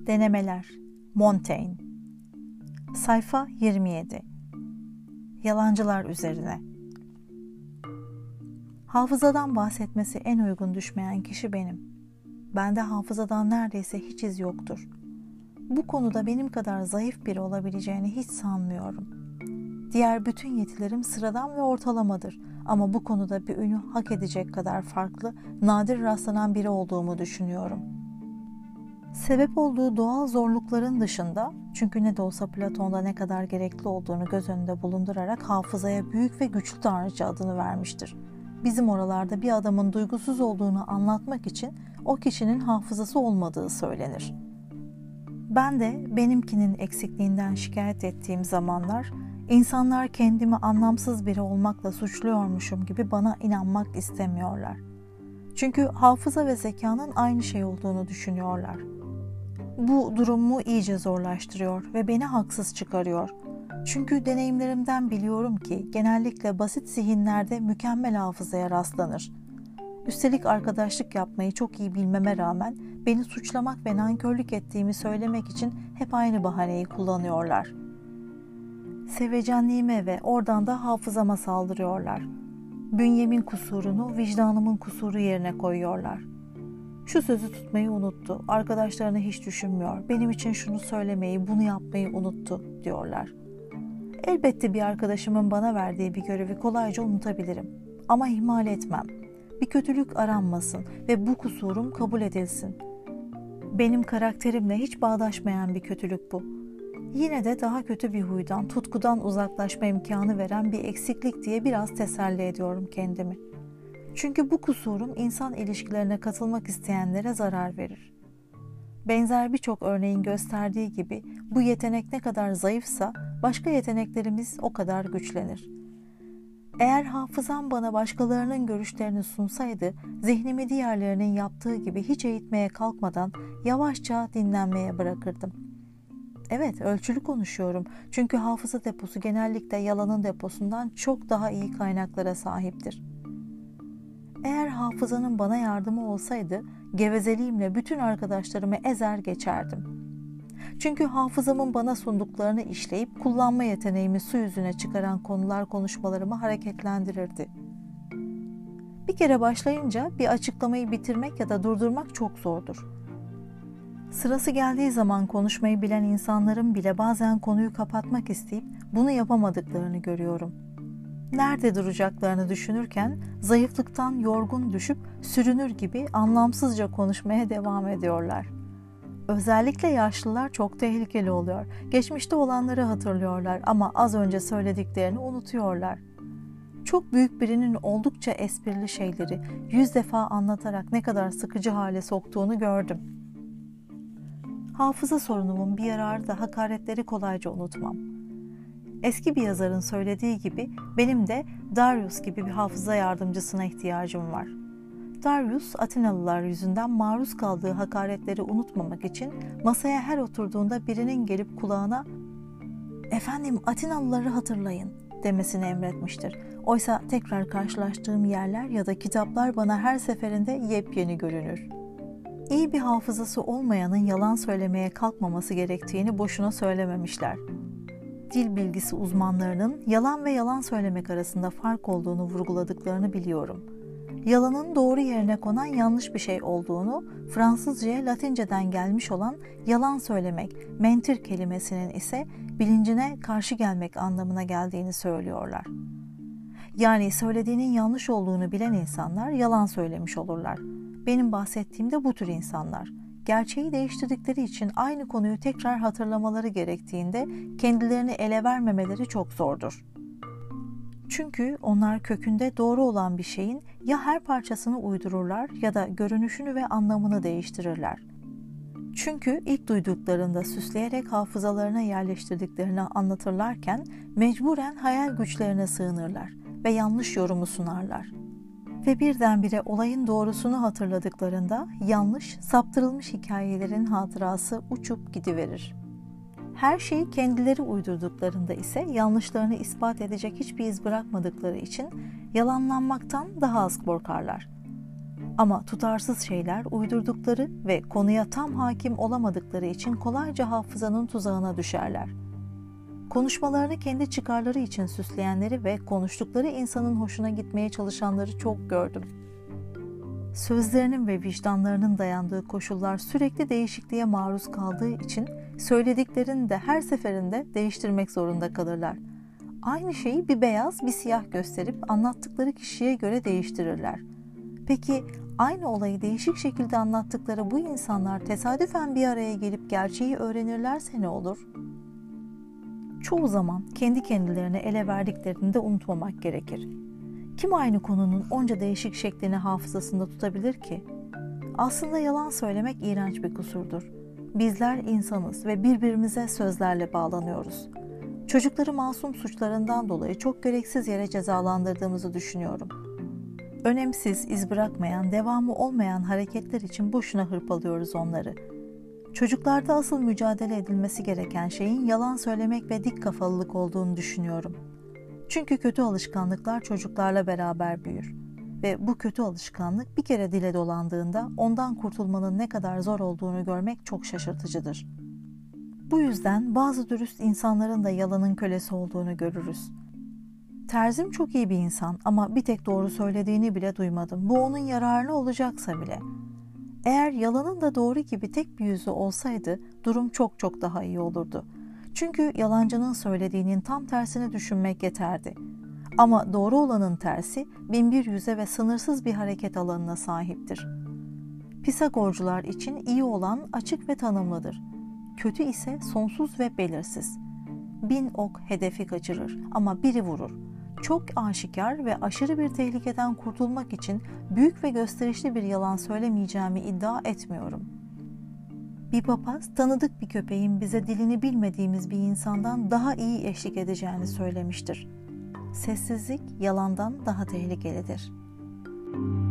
Denemeler Montaigne. Sayfa 27. Yalancılar üzerine. Hafızadan bahsetmesi en uygun düşmeyen kişi benim. Bende hafızadan neredeyse hiç iz yoktur. Bu konuda benim kadar zayıf biri olabileceğini hiç sanmıyorum. Diğer bütün yetilerim sıradan ve ortalamadır ama bu konuda bir ünü hak edecek kadar farklı, nadir rastlanan biri olduğumu düşünüyorum. Sebep olduğu doğal zorlukların dışında, çünkü ne de olsa Platon'da ne kadar gerekli olduğunu göz önünde bulundurarak hafızaya büyük ve güçlü tanrıça adını vermiştir. Bizim oralarda bir adamın duygusuz olduğunu anlatmak için o kişinin hafızası olmadığı söylenir. Ben de benimkinin eksikliğinden şikayet ettiğim zamanlar, insanlar kendimi anlamsız biri olmakla suçluyormuşum gibi bana inanmak istemiyorlar. Çünkü hafıza ve zekanın aynı şey olduğunu düşünüyorlar. Bu durumu iyice zorlaştırıyor ve beni haksız çıkarıyor. Çünkü deneyimlerimden biliyorum ki genellikle basit zihinlerde mükemmel hafızaya rastlanır. Üstelik arkadaşlık yapmayı çok iyi bilmeme rağmen beni suçlamak ve nankörlük ettiğimi söylemek için hep aynı bahaneyi kullanıyorlar. Sevecenliğime ve oradan da hafızama saldırıyorlar. Bünyemin kusurunu vicdanımın kusuru yerine koyuyorlar. Şu sözü tutmayı unuttu, arkadaşlarını hiç düşünmüyor, benim için şunu söylemeyi, bunu yapmayı unuttu diyorlar. Elbette bir arkadaşımın bana verdiği bir görevi kolayca unutabilirim. Ama ihmal etmem. Bir kötülük aranmasın ve bu kusurum kabul edilsin. Benim karakterimle hiç bağdaşmayan bir kötülük bu. Yine de daha kötü bir huydan, tutkudan uzaklaşma imkanı veren bir eksiklik diye biraz teselli ediyorum kendimi. Çünkü bu kusurum insan ilişkilerine katılmak isteyenlere zarar verir. Benzer birçok örneğin gösterdiği gibi bu yetenek ne kadar zayıfsa başka yeteneklerimiz o kadar güçlenir. Eğer hafızam bana başkalarının görüşlerini sunsaydı, zihnimi diğerlerinin yaptığı gibi hiç eğitmeye kalkmadan yavaşça dinlenmeye bırakırdım. Evet, ölçülü konuşuyorum çünkü hafıza deposu genellikle yalanın deposundan çok daha iyi kaynaklara sahiptir. Eğer hafızanın bana yardımı olsaydı, gevezeliğimle bütün arkadaşlarımı ezer geçerdim. Çünkü hafızamın bana sunduklarını işleyip kullanma yeteneğimi su yüzüne çıkaran konular konuşmalarımı hareketlendirirdi. Bir kere başlayınca bir açıklamayı bitirmek ya da durdurmak çok zordur. Sırası geldiği zaman konuşmayı bilen insanların bile bazen konuyu kapatmak isteyip bunu yapamadıklarını görüyorum. Nerede duracaklarını düşünürken zayıflıktan yorgun düşüp sürünür gibi anlamsızca konuşmaya devam ediyorlar. Özellikle yaşlılar çok tehlikeli oluyor. Geçmişte olanları hatırlıyorlar ama az önce söylediklerini unutuyorlar. Çok büyük birinin oldukça esprili şeyleri 100 defa anlatarak ne kadar sıkıcı hale soktuğunu gördüm. Hafıza sorunumun bir yararı da hakaretleri kolayca unutmam. Eski bir yazarın söylediği gibi benim de Darius gibi bir hafıza yardımcısına ihtiyacım var. Darius, Atinalılar yüzünden maruz kaldığı hakaretleri unutmamak için masaya her oturduğunda birinin gelip kulağına "Efendim, Atinalıları hatırlayın" demesini emretmiştir. Oysa tekrar karşılaştığım yerler ya da kitaplar bana her seferinde yepyeni görünür. İyi bir hafızası olmayanın yalan söylemeye kalkmaması gerektiğini boşuna söylememişler. Dil bilgisi uzmanlarının yalan ve yalan söylemek arasında fark olduğunu vurguladıklarını biliyorum. Yalanın doğru yerine konan yanlış bir şey olduğunu, Fransızca'ya Latinceden gelmiş olan yalan söylemek, mentir kelimesinin ise bilincine karşı gelmek anlamına geldiğini söylüyorlar. Yani söylediğinin yanlış olduğunu bilen insanlar yalan söylemiş olurlar. Benim bahsettiğim de bu tür insanlar. Gerçeği değiştirdikleri için aynı konuyu tekrar hatırlamaları gerektiğinde kendilerini ele vermemeleri çok zordur. Çünkü onlar kökünde doğru olan bir şeyin ya her parçasını uydururlar ya da görünüşünü ve anlamını değiştirirler. Çünkü ilk duyduklarında süsleyerek hafızalarına yerleştirdiklerini anlatırlarken mecburen hayal güçlerine sığınırlar ve yanlış yorumu sunarlar. Ve birdenbire olayın doğrusunu hatırladıklarında yanlış, saptırılmış hikayelerin hatırası uçup gidiverir. Her şeyi kendileri uydurduklarında ise yanlışlarını ispat edecek hiçbir iz bırakmadıkları için yalanlanmaktan daha az korkarlar. Ama tutarsız şeyler uydurdukları ve konuya tam hakim olamadıkları için kolayca hafızanın tuzağına düşerler. Konuşmalarını kendi çıkarları için süsleyenleri ve konuştukları insanın hoşuna gitmeye çalışanları çok gördüm. Sözlerinin ve vicdanlarının dayandığı koşullar sürekli değişikliğe maruz kaldığı için söylediklerini de her seferinde değiştirmek zorunda kalırlar. Aynı şeyi bir beyaz bir siyah gösterip anlattıkları kişiye göre değiştirirler. Peki aynı olayı değişik şekilde anlattıkları bu insanlar tesadüfen bir araya gelip gerçeği öğrenirlerse ne olur? Çoğu zaman kendi kendilerine ele verdiklerini de unutmamak gerekir. Kim aynı konunun onca değişik şeklini hafızasında tutabilir ki? Aslında yalan söylemek iğrenç bir kusurdur. Bizler insanız ve birbirimize sözlerle bağlanıyoruz. Çocukları masum suçlarından dolayı çok gereksiz yere cezalandırdığımızı düşünüyorum. Önemsiz, iz bırakmayan, devamı olmayan hareketler için boşuna hırpalıyoruz onları. Çocuklarda asıl mücadele edilmesi gereken şeyin yalan söylemek ve dik kafalılık olduğunu düşünüyorum. Çünkü kötü alışkanlıklar çocuklarla beraber büyür. Ve bu kötü alışkanlık bir kere dile dolandığında ondan kurtulmanın ne kadar zor olduğunu görmek çok şaşırtıcıdır. Bu yüzden bazı dürüst insanların da yalanın kölesi olduğunu görürüz. Terzim çok iyi bir insan ama bir tek doğru söylediğini bile duymadım. Bu onun yararına olacaksa bile. Eğer yalanın da doğru gibi tek bir yüzü olsaydı durum çok çok daha iyi olurdu. Çünkü yalancının söylediğinin tam tersini düşünmek yeterdi. Ama doğru olanın tersi binbir yüze ve sınırsız bir hareket alanına sahiptir. Pisagorcular için iyi olan açık ve tanımlıdır. Kötü ise sonsuz ve belirsiz. 1000 ok hedefi kaçırır ama biri vurur. Çok aşikar ve aşırı bir tehlikeden kurtulmak için büyük ve gösterişli bir yalan söylemeyeceğimi iddia etmiyorum. Bir papaz tanıdık bir köpeğin bize dilini bilmediğimiz bir insandan daha iyi eşlik edeceğini söylemiştir. Sessizlik yalandan daha tehlikelidir.